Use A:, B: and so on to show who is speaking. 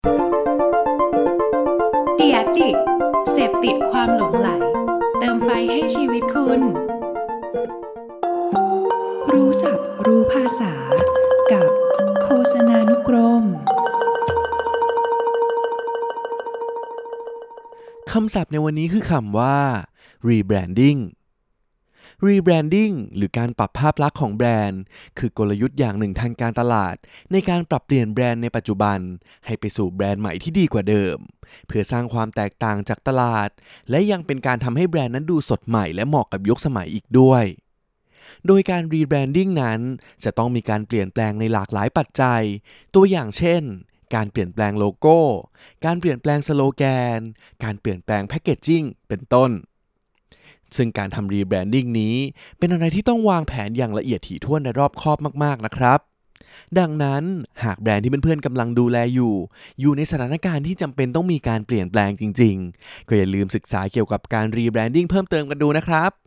A: The Addict เสพติดความหลงใหลเติมไฟให้ชีวิตคุณรู้ศัพท์รู้ภาษากับโฆษณานุกรม
B: คำศัพท์ในวันนี้คือคำว่า rebranding rebranding หรือการปรับภาพลักษณ์ของแบรนด์คือกลยุทธ์อย่างหนึ่งทางการตลาดในการปรับเปลี่ยนแบรนด์ในปัจจุบันให้ไปสู่แบรนด์ใหม่ที่ดีกว่าเดิมเพื่อสร้างความแตกต่างจากตลาดและยังเป็นการทำให้แบรนด์นั้นดูสดใหม่และเหมาะกับยุคสมัยอีกด้วยโดยการ rebranding นั้นจะต้องมีการเปลี่ยนแปลงในหลากหลายปัจจัยตัวอย่างเช่นการเปลี่ยนแปลงโลโก้การเปลี่ยนแปลงสโลแกนการเปลี่ยนแปลงแพคเกจจิ้งเป็นต้นซึ่งการทำรีแบรนดิ้งนี้เป็นอะไรที่ต้องวางแผนอย่างละเอียดถี่ถ้วนและรอบคอบมากๆนะครับดังนั้นหากแบรนด์ที่เพื่อนๆกำลังดูแลอยู่ในสถานการณ์ที่จำเป็นต้องมีการเปลี่ยนแปลงจริงๆก็อย่าลืมศึกษาเกี่ยวกับการรีแบรนดิ้งเพิ่มเติมกันดูนะครับ